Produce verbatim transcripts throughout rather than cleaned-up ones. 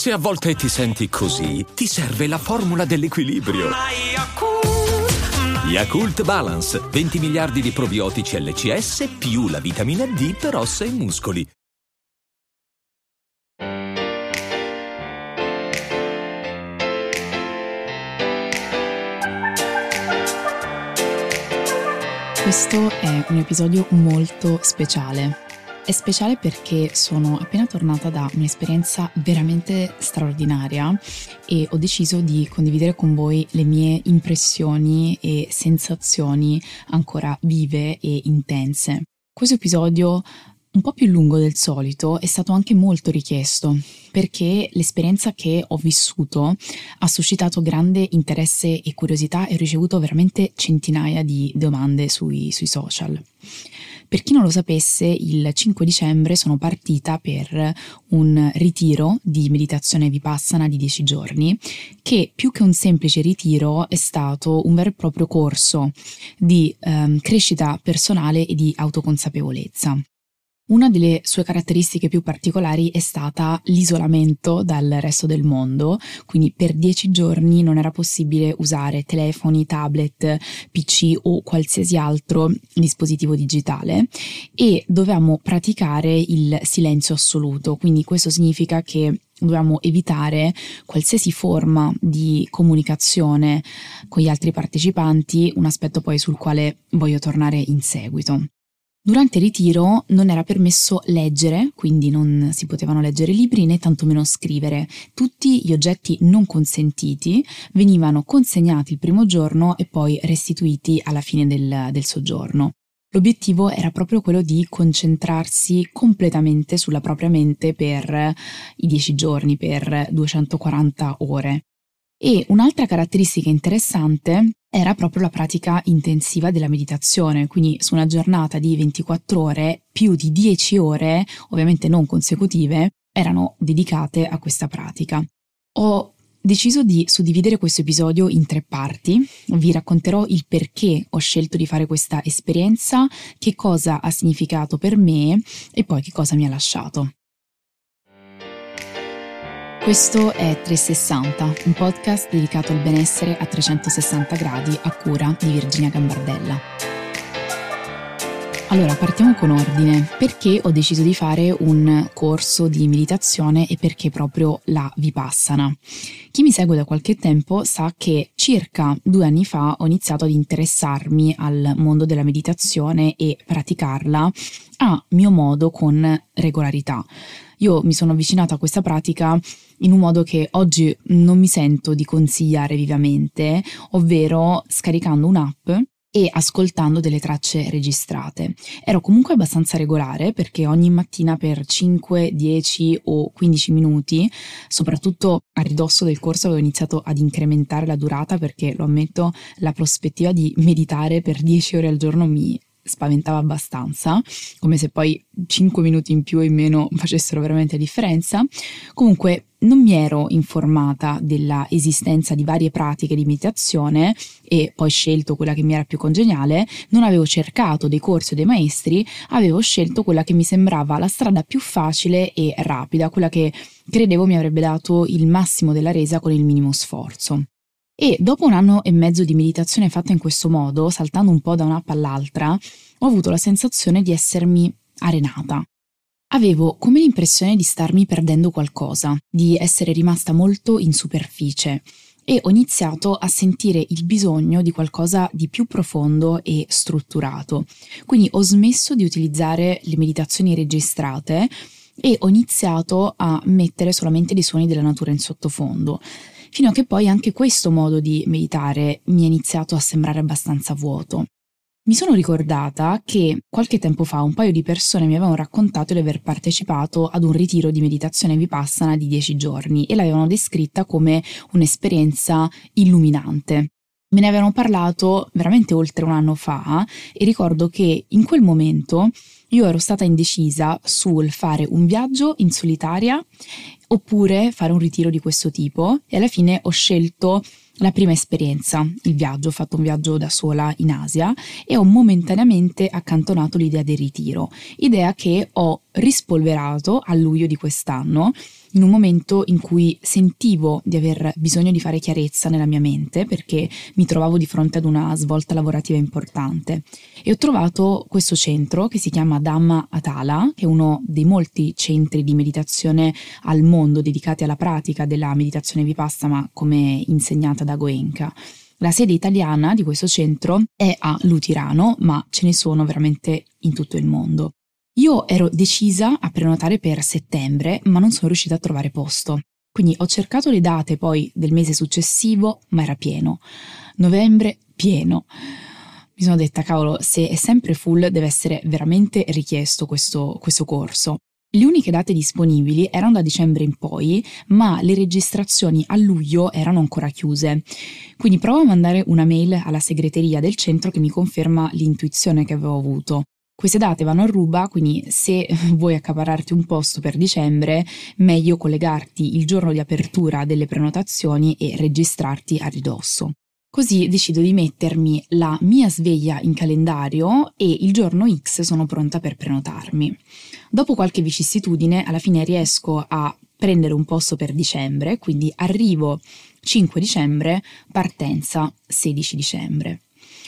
Se a volte ti senti così, ti serve la formula dell'equilibrio. Yakult Balance, venti miliardi di probiotici L C S più la vitamina D per ossa e muscoli. Questo è un episodio molto speciale. È speciale perché sono appena tornata da un'esperienza veramente straordinaria e ho deciso di condividere con voi le mie impressioni e sensazioni ancora vive e intense. Questo episodio, un po' più lungo del solito, è stato anche molto richiesto perché l'esperienza che ho vissuto ha suscitato grande interesse e curiosità e ho ricevuto veramente centinaia di domande sui, sui social. Per chi non lo sapesse, il cinque dicembre sono partita per un ritiro di meditazione vipassana di dieci giorni che più che un semplice ritiro è stato un vero e proprio corso di ehm, crescita personale e di autoconsapevolezza. Una delle sue caratteristiche più particolari è stata l'isolamento dal resto del mondo, quindi per dieci giorni non era possibile usare telefoni, tablet, P C o qualsiasi altro dispositivo digitale e dovevamo praticare il silenzio assoluto, quindi questo significa che dovevamo evitare qualsiasi forma di comunicazione con gli altri partecipanti, un aspetto poi sul quale voglio tornare in seguito. Durante il ritiro non era permesso leggere, quindi non si potevano leggere libri né tantomeno scrivere. Tutti gli oggetti non consentiti venivano consegnati il primo giorno e poi restituiti alla fine del, del soggiorno. L'obiettivo era proprio quello di concentrarsi completamente sulla propria mente per i dieci giorni, per duecentoquaranta ore. E un'altra caratteristica interessante era proprio la pratica intensiva della meditazione, quindi su una giornata di ventiquattro ore, più di dieci ore, ovviamente non consecutive, erano dedicate a questa pratica. Ho deciso di suddividere questo episodio in tre parti, vi racconterò il perché ho scelto di fare questa esperienza, che cosa ha significato per me e poi che cosa mi ha lasciato. Questo è trecentosessanta, un podcast dedicato al benessere a trecentosessanta gradi a cura di Virginia Gambardella. Allora, partiamo con ordine. Perché ho deciso di fare un corso di meditazione e perché proprio la Vipassana? Chi mi segue da qualche tempo sa che circa due anni fa ho iniziato ad interessarmi al mondo della meditazione e praticarla a mio modo con regolarità. Io mi sono avvicinata a questa pratica in un modo che oggi non mi sento di consigliare vivamente, ovvero scaricando un'app e ascoltando delle tracce registrate. Ero comunque abbastanza regolare perché ogni mattina per cinque, dieci o quindici minuti, soprattutto a ridosso del corso, avevo iniziato ad incrementare la durata perché, lo ammetto, la prospettiva di meditare per dieci ore al giorno mi spaventava abbastanza, come se poi cinque minuti in più o in meno facessero veramente la differenza. Comunque non mi ero informata della esistenza di varie pratiche di meditazione e poi scelto quella che mi era più congeniale, non avevo cercato dei corsi o dei maestri, avevo scelto quella che mi sembrava la strada più facile e rapida, quella che credevo mi avrebbe dato il massimo della resa con il minimo sforzo. E dopo un anno e mezzo di meditazione fatta in questo modo, saltando un po' da un'app all'altra, ho avuto la sensazione di essermi arenata. Avevo come l'impressione di starmi perdendo qualcosa, di essere rimasta molto in superficie e ho iniziato a sentire il bisogno di qualcosa di più profondo e strutturato. Quindi ho smesso di utilizzare le meditazioni registrate e ho iniziato a mettere solamente dei suoni della natura in sottofondo. Fino a che poi anche questo modo di meditare mi è iniziato a sembrare abbastanza vuoto. Mi sono ricordata che qualche tempo fa un paio di persone mi avevano raccontato di aver partecipato ad un ritiro di meditazione vipassana di dieci giorni e l'avevano descritta come un'esperienza illuminante. Me ne avevano parlato veramente oltre un anno fa e ricordo che in quel momento io ero stata indecisa sul fare un viaggio in solitaria oppure fare un ritiro di questo tipo e alla fine ho scelto la prima esperienza, il viaggio. Ho fatto un viaggio da sola in Asia e ho momentaneamente accantonato l'idea del ritiro, idea che ho rispolverato a luglio di quest'anno, in un momento in cui sentivo di aver bisogno di fare chiarezza nella mia mente perché mi trovavo di fronte ad una svolta lavorativa importante e ho trovato questo centro che si chiama Dhamma Atala, che è uno dei molti centri di meditazione al mondo dedicati alla pratica della meditazione Vipassana come insegnata da Goenka. La sede italiana di questo centro è a Lutirano, ma ce ne sono veramente in tutto il mondo. Io ero decisa a prenotare per settembre, ma non sono riuscita a trovare posto. Quindi ho cercato le date poi del mese successivo, ma era pieno. Novembre, pieno. Mi sono detta, cavolo, se è sempre full deve essere veramente richiesto questo, questo corso. Le uniche date disponibili erano da dicembre in poi, ma le registrazioni a luglio erano ancora chiuse. Quindi provo a mandare una mail alla segreteria del centro che mi conferma l'intuizione che avevo avuto. Queste date vanno a ruba, quindi se vuoi accaparrarti un posto per dicembre, meglio collegarti il giorno di apertura delle prenotazioni e registrarti a ridosso. Così decido di mettermi la mia sveglia in calendario e il giorno X sono pronta per prenotarmi. Dopo qualche vicissitudine, alla fine riesco a prendere un posto per dicembre, quindi arrivo cinque dicembre, partenza sedici dicembre.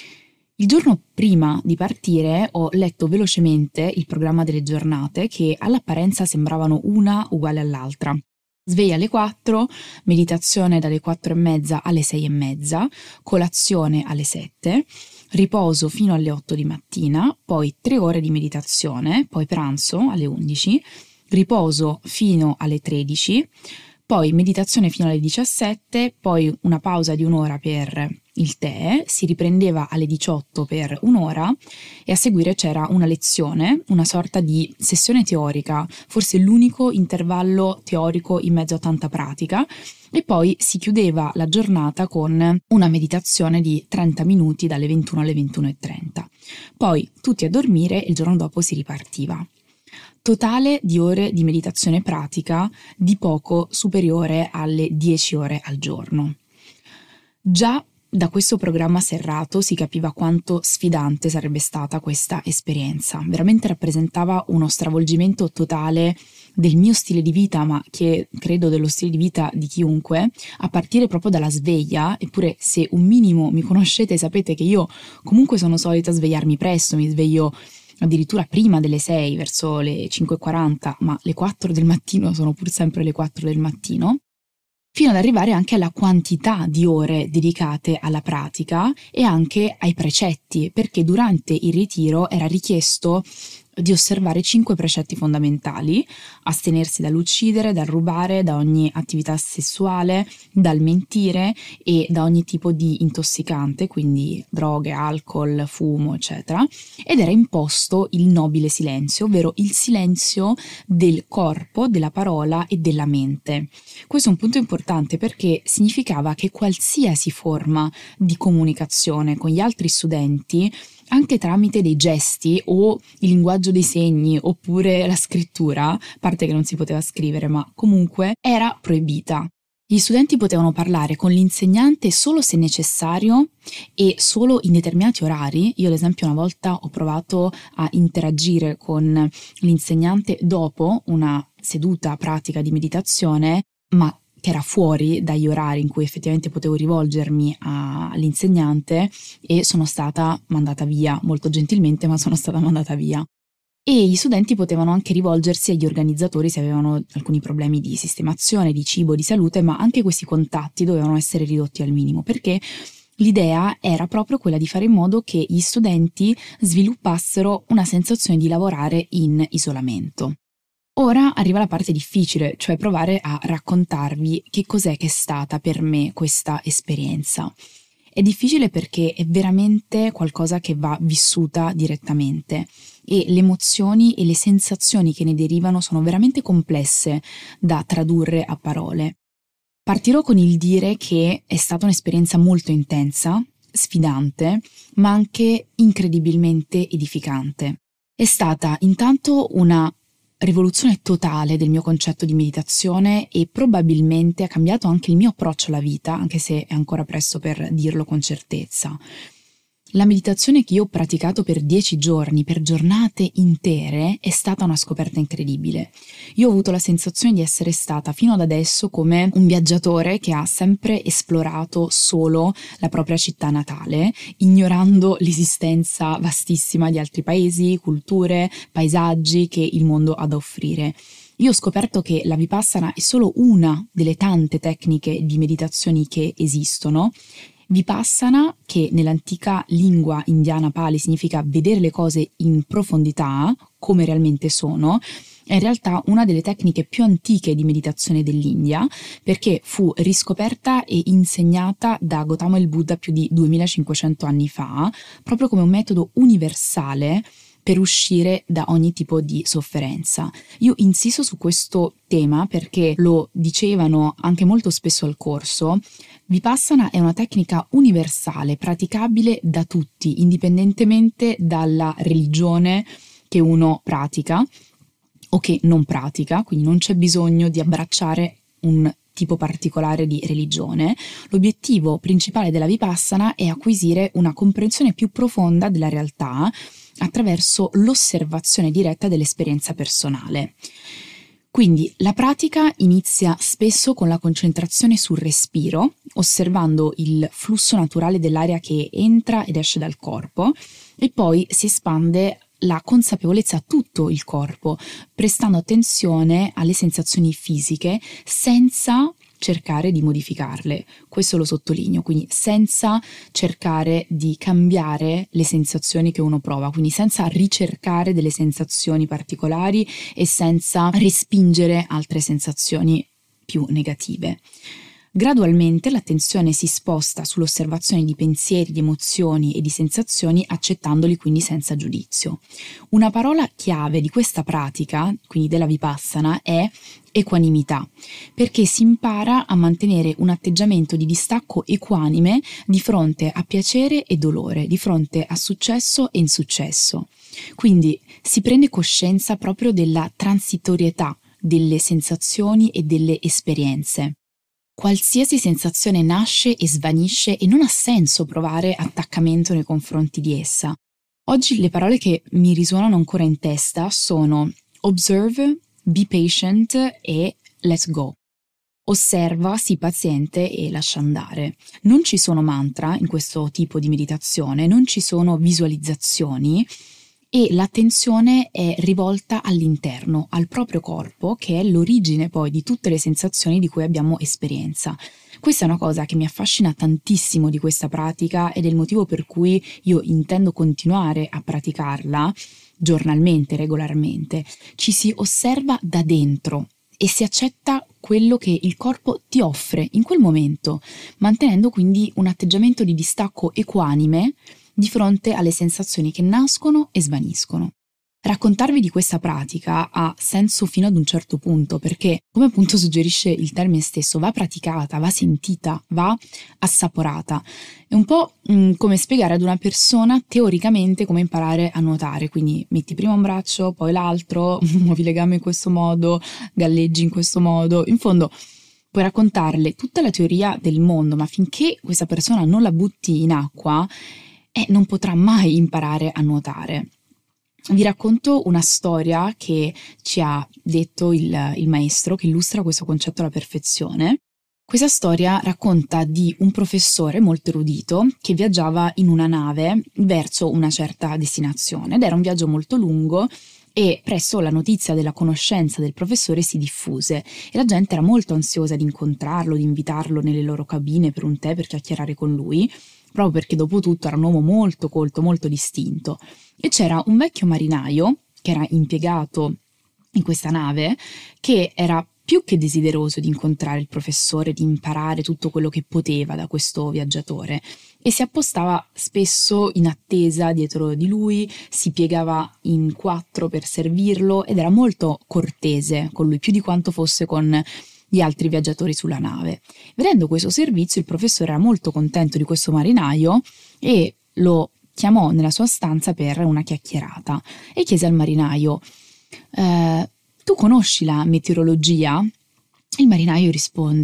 Il giorno prima di partire ho letto velocemente il programma delle giornate che all'apparenza sembravano una uguale all'altra. Sveglia alle quattro, meditazione dalle quattro e mezza alle sei e mezza, colazione alle sette, riposo fino alle otto di mattina, poi tre ore di meditazione, poi pranzo alle undici, riposo fino alle tredici, poi meditazione fino alle diciassette, poi una pausa di un'ora per il tè, si riprendeva alle diciotto per un'ora e a seguire c'era una lezione, una sorta di sessione teorica, forse l'unico intervallo teorico in mezzo a tanta pratica, e poi si chiudeva la giornata con una meditazione di trenta minuti dalle ventuno alle ventuno e trenta. Poi tutti a dormire e il giorno dopo si ripartiva. Totale di ore di meditazione pratica di poco superiore alle dieci ore al giorno. Già da questo programma serrato si capiva quanto sfidante sarebbe stata questa esperienza. Veramente rappresentava uno stravolgimento totale del mio stile di vita, ma che credo dello stile di vita di chiunque, a partire proprio dalla sveglia. Eppure se un minimo mi conoscete sapete che io comunque sono solita svegliarmi presto, mi sveglio addirittura prima delle sei, verso le cinque e quaranta, ma le quattro del mattino sono pur sempre le quattro del mattino, fino ad arrivare anche alla quantità di ore dedicate alla pratica e anche ai precetti, perché durante il ritiro era richiesto di osservare cinque precetti fondamentali: astenersi dall'uccidere, dal rubare, da ogni attività sessuale, dal mentire e da ogni tipo di intossicante, quindi droghe, alcol, fumo, eccetera. Ed era imposto il nobile silenzio, ovvero il silenzio del corpo, della parola e della mente. Questo è un punto importante perché significava che qualsiasi forma di comunicazione con gli altri studenti, anche tramite dei gesti o il linguaggio dei segni oppure la scrittura, a parte che non si poteva scrivere, ma comunque era proibita. Gli studenti potevano parlare con l'insegnante solo se necessario e solo in determinati orari. Io ad esempio una volta ho provato a interagire con l'insegnante dopo una seduta pratica di meditazione, ma che era fuori dagli orari in cui effettivamente potevo rivolgermi all'insegnante, e sono stata mandata via, molto gentilmente, ma sono stata mandata via. E gli studenti potevano anche rivolgersi agli organizzatori se avevano alcuni problemi di sistemazione, di cibo, di salute, ma anche questi contatti dovevano essere ridotti al minimo, perché l'idea era proprio quella di fare in modo che gli studenti sviluppassero una sensazione di lavorare in isolamento. Ora arriva la parte difficile, cioè provare a raccontarvi che cos'è che è stata per me questa esperienza. È difficile perché è veramente qualcosa che va vissuta direttamente e le emozioni e le sensazioni che ne derivano sono veramente complesse da tradurre a parole. Partirò con il dire che è stata un'esperienza molto intensa, sfidante, ma anche incredibilmente edificante. È stata intanto una rivoluzione totale del mio concetto di meditazione e probabilmente ha cambiato anche il mio approccio alla vita, anche se è ancora presto per dirlo con certezza. La meditazione che io ho praticato per dieci giorni, per giornate intere, è stata una scoperta incredibile. Io ho avuto la sensazione di essere stata fino ad adesso come un viaggiatore che ha sempre esplorato solo la propria città natale, ignorando l'esistenza vastissima di altri paesi, culture, paesaggi che il mondo ha da offrire. Io ho scoperto che la Vipassana è solo una delle tante tecniche di meditazioni che esistono. Vipassana, che nell'antica lingua indiana Pali significa vedere le cose in profondità, come realmente sono, è in realtà una delle tecniche più antiche di meditazione dell'India, perché fu riscoperta e insegnata da Gautama il Buddha più di duemilacinquecento anni fa, proprio come un metodo universale per uscire da ogni tipo di sofferenza. Io insisto su questo tema perché lo dicevano anche molto spesso al corso. Vipassana è una tecnica universale, praticabile da tutti, indipendentemente dalla religione che uno pratica o che non pratica, quindi non c'è bisogno di abbracciare un tipo particolare di religione. L'obiettivo principale della Vipassana è acquisire una comprensione più profonda della realtà attraverso l'osservazione diretta dell'esperienza personale. Quindi la pratica inizia spesso con la concentrazione sul respiro, osservando il flusso naturale dell'aria che entra ed esce dal corpo, e poi si espande la consapevolezza a tutto il corpo, prestando attenzione alle sensazioni fisiche senza cercare di modificarle. Questo lo sottolineo, quindi senza cercare di cambiare le sensazioni che uno prova, quindi senza ricercare delle sensazioni particolari e senza respingere altre sensazioni più negative. Gradualmente l'attenzione si sposta sull'osservazione di pensieri, di emozioni e di sensazioni, accettandoli quindi senza giudizio. Una parola chiave di questa pratica, quindi della Vipassana, è equanimità, perché si impara a mantenere un atteggiamento di distacco equanime di fronte a piacere e dolore, di fronte a successo e insuccesso. Quindi si prende coscienza proprio della transitorietà delle sensazioni e delle esperienze. Qualsiasi sensazione nasce e svanisce e non ha senso provare attaccamento nei confronti di essa. Oggi le parole che mi risuonano ancora in testa sono observe, be patient e let go. Osserva, sii paziente e lascia andare. Non ci sono mantra in questo tipo di meditazione, non ci sono visualizzazioni e l'attenzione è rivolta all'interno, al proprio corpo, che è l'origine poi di tutte le sensazioni di cui abbiamo esperienza. Questa è una cosa che mi affascina tantissimo di questa pratica ed è il motivo per cui io intendo continuare a praticarla giornalmente, regolarmente. Ci si osserva da dentro e si accetta quello che il corpo ti offre in quel momento, mantenendo quindi un atteggiamento di distacco equanime di fronte alle sensazioni che nascono e svaniscono. Raccontarvi di questa pratica ha senso fino ad un certo punto perché, come appunto suggerisce il termine stesso, va praticata, va sentita, va assaporata. È un po' mh, come spiegare ad una persona teoricamente come imparare a nuotare, quindi metti prima un braccio, poi l'altro, muovi le gambe in questo modo, galleggi in questo modo, in fondo puoi raccontarle tutta la teoria del mondo, ma finché questa persona non la butti in acqua, eh, non potrà mai imparare a nuotare. Vi racconto una storia che ci ha detto il, il maestro, che illustra questo concetto alla perfezione. Questa storia racconta di un professore molto erudito che viaggiava in una nave verso una certa destinazione ed era un viaggio molto lungo e presto la notizia della conoscenza del professore si diffuse e la gente era molto ansiosa di incontrarlo, di invitarlo nelle loro cabine per un tè per chiacchierare con lui, proprio perché dopo tutto era un uomo molto colto, molto distinto. E c'era un vecchio marinaio che era impiegato in questa nave che era più che desideroso di incontrare il professore, di imparare tutto quello che poteva da questo viaggiatore e si appostava spesso in attesa dietro di lui, si piegava in quattro per servirlo ed era molto cortese con lui, più di quanto fosse con gli altri viaggiatori sulla nave. Vedendo questo servizio, il professore era molto contento di questo marinaio e lo chiamò nella sua stanza per una chiacchierata e chiese al marinaio eh, tu conosci la meteorologia? Il marinaio risponde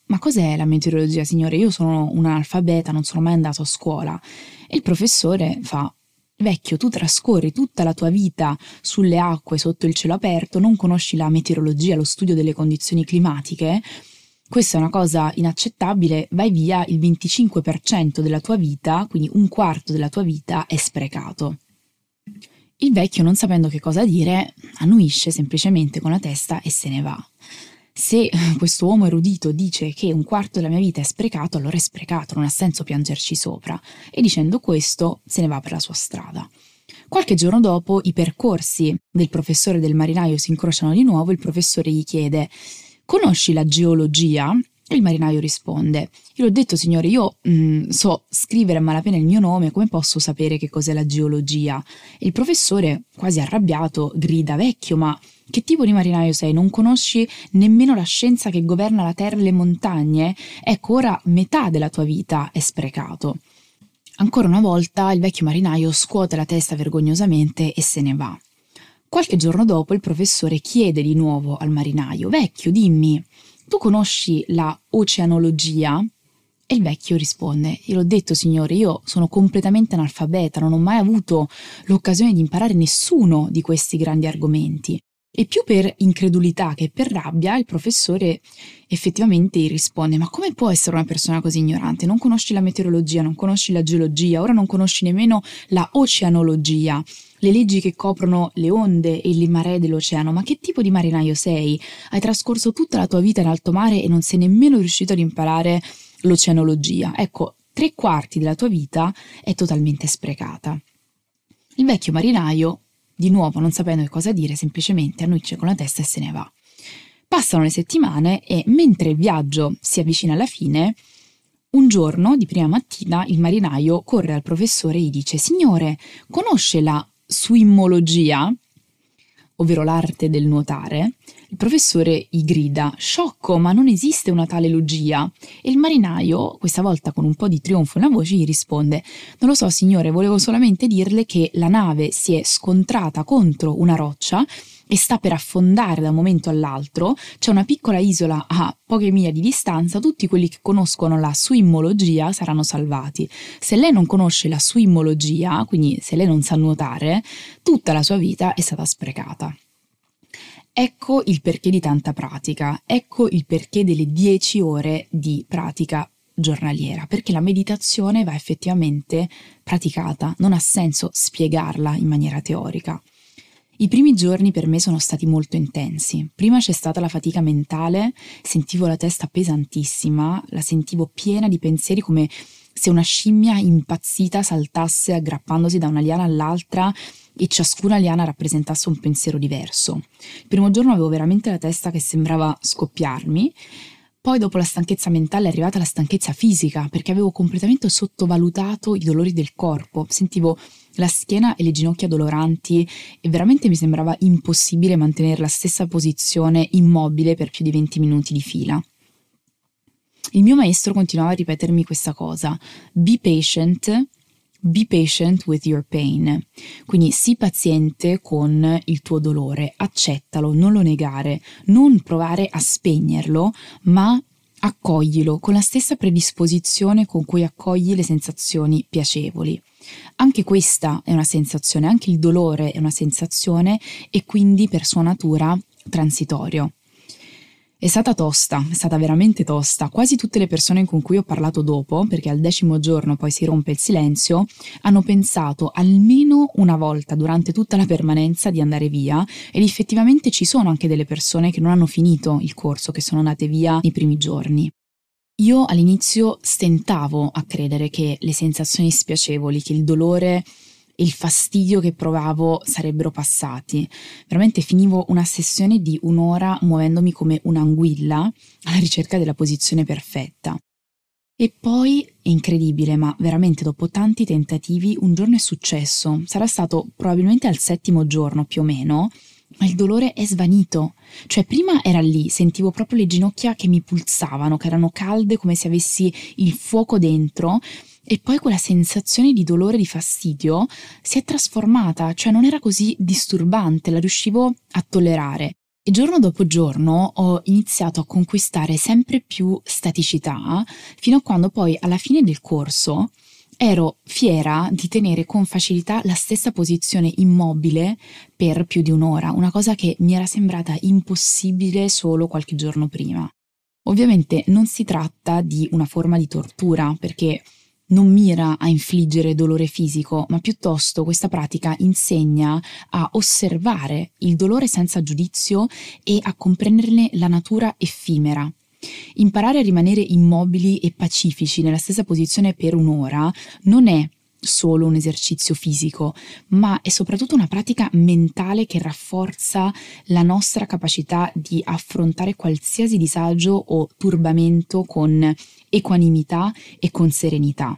ma cos'è la meteorologia, signore? Io sono un analfabeta, non sono mai andato a scuola. E il professore fa: vecchio, tu trascorri tutta la tua vita sulle acque sotto il cielo aperto, non conosci la meteorologia, lo studio delle condizioni climatiche? Questa è una cosa inaccettabile, vai via, il venticinque per cento della tua vita, quindi un quarto della tua vita, è sprecato. Il vecchio, non sapendo che cosa dire, annuisce semplicemente con la testa e se ne va. Se questo uomo erudito dice che un quarto della mia vita è sprecato, allora è sprecato, non ha senso piangerci sopra. E dicendo questo se ne va per la sua strada. Qualche giorno dopo i percorsi del professore e del marinaio si incrociano di nuovo, il professore gli chiede: conosci la geologia? E il marinaio risponde: io l'ho detto, signore, io mh, so scrivere a malapena il mio nome, come posso sapere che cos'è la geologia? E il professore, quasi arrabbiato, grida: vecchio, ma che tipo di marinaio sei? Non conosci nemmeno la scienza che governa la terra e le montagne? Ecco, ora metà della tua vita è sprecato. Ancora una volta il vecchio marinaio scuote la testa vergognosamente e se ne va. Qualche giorno dopo il professore chiede di nuovo al marinaio: vecchio, dimmi, tu conosci la oceanologia? E il vecchio risponde: io l'ho detto, signore, io sono completamente analfabeta, non ho mai avuto l'occasione di imparare nessuno di questi grandi argomenti. E più per incredulità che per rabbia il professore effettivamente gli risponde: ma come può essere una persona così ignorante? Non conosci la meteorologia, non conosci la geologia, ora non conosci nemmeno la oceanologia, le leggi che coprono le onde e le maree dell'oceano. Ma che tipo di marinaio sei? Hai trascorso tutta la tua vita in alto mare e non sei nemmeno riuscito ad imparare l'oceanologia. Ecco, tre quarti della tua vita è totalmente sprecata. Il vecchio marinaio, di nuovo non sapendo che cosa dire, semplicemente annuisce con la testa e se ne va. Passano le settimane e mentre il viaggio si avvicina alla fine, un giorno di prima mattina il marinaio corre al professore e gli dice: signore, conosce la swimmologia, ovvero l'arte del nuotare? Il professore gli grida: sciocco, ma non esiste una tale logia. E il marinaio, questa volta con un po' di trionfo nella voce, gli risponde: non lo so, signore, volevo solamente dirle che la nave si è scontrata contro una roccia e sta per affondare da un momento all'altro, c'è una piccola isola a poche miglia di distanza, tutti quelli che conoscono la swimmologia saranno salvati. Se lei non conosce la swimmologia, quindi se lei non sa nuotare, tutta la sua vita è stata sprecata. Ecco il perché di tanta pratica, ecco il perché delle dieci ore di pratica giornaliera, perché la meditazione va effettivamente praticata, non ha senso spiegarla in maniera teorica. I primi giorni per me sono stati molto intensi. Prima c'è stata la fatica mentale, sentivo la testa pesantissima, la sentivo piena di pensieri, come se una scimmia impazzita saltasse aggrappandosi da una liana all'altra e ciascuna liana rappresentasse un pensiero diverso. Il primo giorno avevo veramente la testa che sembrava scoppiarmi. Poi dopo la stanchezza mentale è arrivata la stanchezza fisica, perché avevo completamente sottovalutato i dolori del corpo. Sentivo la schiena e le ginocchia doloranti e veramente mi sembrava impossibile mantenere la stessa posizione immobile per più di venti minuti di fila. Il mio maestro continuava a ripetermi questa cosa: be patient, be patient with your pain. Quindi sii paziente con il tuo dolore, accettalo, non lo negare, non provare a spegnerlo, ma accoglilo con la stessa predisposizione con cui accogli le sensazioni piacevoli. Anche questa è una sensazione, anche il dolore è una sensazione e quindi per sua natura transitorio. È stata tosta, è stata veramente tosta. Quasi tutte le persone con cui ho parlato dopo, perché al decimo giorno poi si rompe il silenzio, hanno pensato almeno una volta durante tutta la permanenza di andare via, ed effettivamente ci sono anche delle persone che non hanno finito il corso, che sono andate via nei primi giorni. Io all'inizio stentavo a credere che le sensazioni spiacevoli, che il dolore e il fastidio che provavo sarebbero passati. Veramente finivo una sessione di un'ora muovendomi come un'anguilla alla ricerca della posizione perfetta. E poi, è incredibile, ma veramente dopo tanti tentativi un giorno è successo, sarà stato probabilmente al settimo giorno più o meno, ma il dolore è svanito. Cioè prima era lì, sentivo proprio le ginocchia che mi pulsavano, che erano calde come se avessi il fuoco dentro, e poi quella sensazione di dolore, di fastidio si è trasformata, cioè non era così disturbante, la riuscivo a tollerare. E giorno dopo giorno ho iniziato a conquistare sempre più staticità, fino a quando poi alla fine del corso ero fiera di tenere con facilità la stessa posizione immobile per più di un'ora, una cosa che mi era sembrata impossibile solo qualche giorno prima. Ovviamente non si tratta di una forma di tortura, perché non mira a infliggere dolore fisico, ma piuttosto questa pratica insegna a osservare il dolore senza giudizio e a comprenderne la natura effimera. Imparare a rimanere immobili e pacifici nella stessa posizione per un'ora non è solo un esercizio fisico, ma è soprattutto una pratica mentale che rafforza la nostra capacità di affrontare qualsiasi disagio o turbamento con equanimità e con serenità.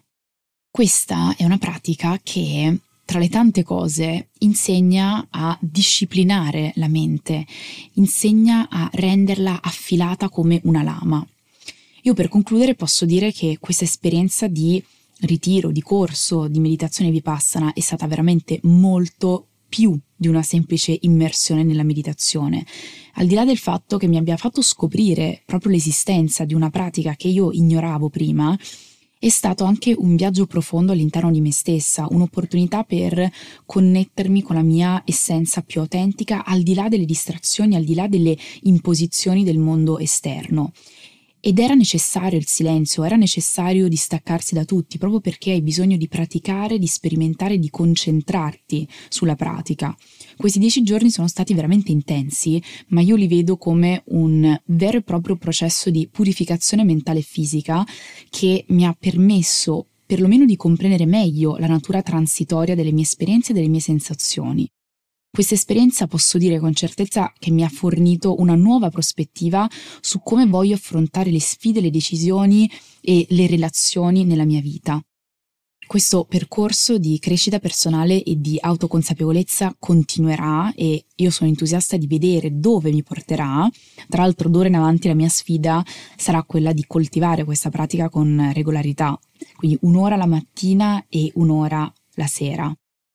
Questa è una pratica che, tra le tante cose, insegna a disciplinare la mente, insegna a renderla affilata come una lama. Io per concludere posso dire che questa esperienza di ritiro, di corso, di meditazione vipassana è stata veramente molto più di una semplice immersione nella meditazione. Al di là del fatto che mi abbia fatto scoprire proprio l'esistenza di una pratica che io ignoravo prima, è stato anche un viaggio profondo all'interno di me stessa, un'opportunità per connettermi con la mia essenza più autentica, al di là delle distrazioni, al di là delle imposizioni del mondo esterno. Ed era necessario il silenzio, era necessario distaccarsi da tutti, proprio perché hai bisogno di praticare, di sperimentare, di concentrarti sulla pratica. Questi dieci giorni sono stati veramente intensi, ma io li vedo come un vero e proprio processo di purificazione mentale e fisica che mi ha permesso perlomeno di comprendere meglio la natura transitoria delle mie esperienze e delle mie sensazioni. Questa esperienza posso dire con certezza che mi ha fornito una nuova prospettiva su come voglio affrontare le sfide, le decisioni e le relazioni nella mia vita. Questo percorso di crescita personale e di autoconsapevolezza continuerà e io sono entusiasta di vedere dove mi porterà. Tra l'altro d'ora in avanti la mia sfida sarà quella di coltivare questa pratica con regolarità, quindi un'ora la mattina e un'ora la sera.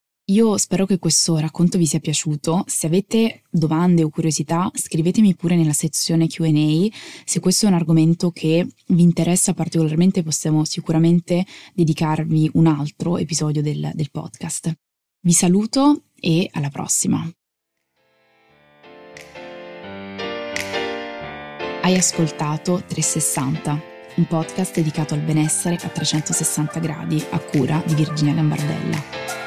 Io spero che questo racconto vi sia piaciuto. Se avete domande o curiosità, scrivetemi pure nella sezione Q and A. Se questo è un argomento che vi interessa particolarmente, possiamo sicuramente dedicarvi un altro episodio del, del podcast. Vi saluto e alla prossima. Hai ascoltato trecentosessanta, un podcast dedicato al benessere a trecentosessanta gradi a cura di Virginia Gambardella.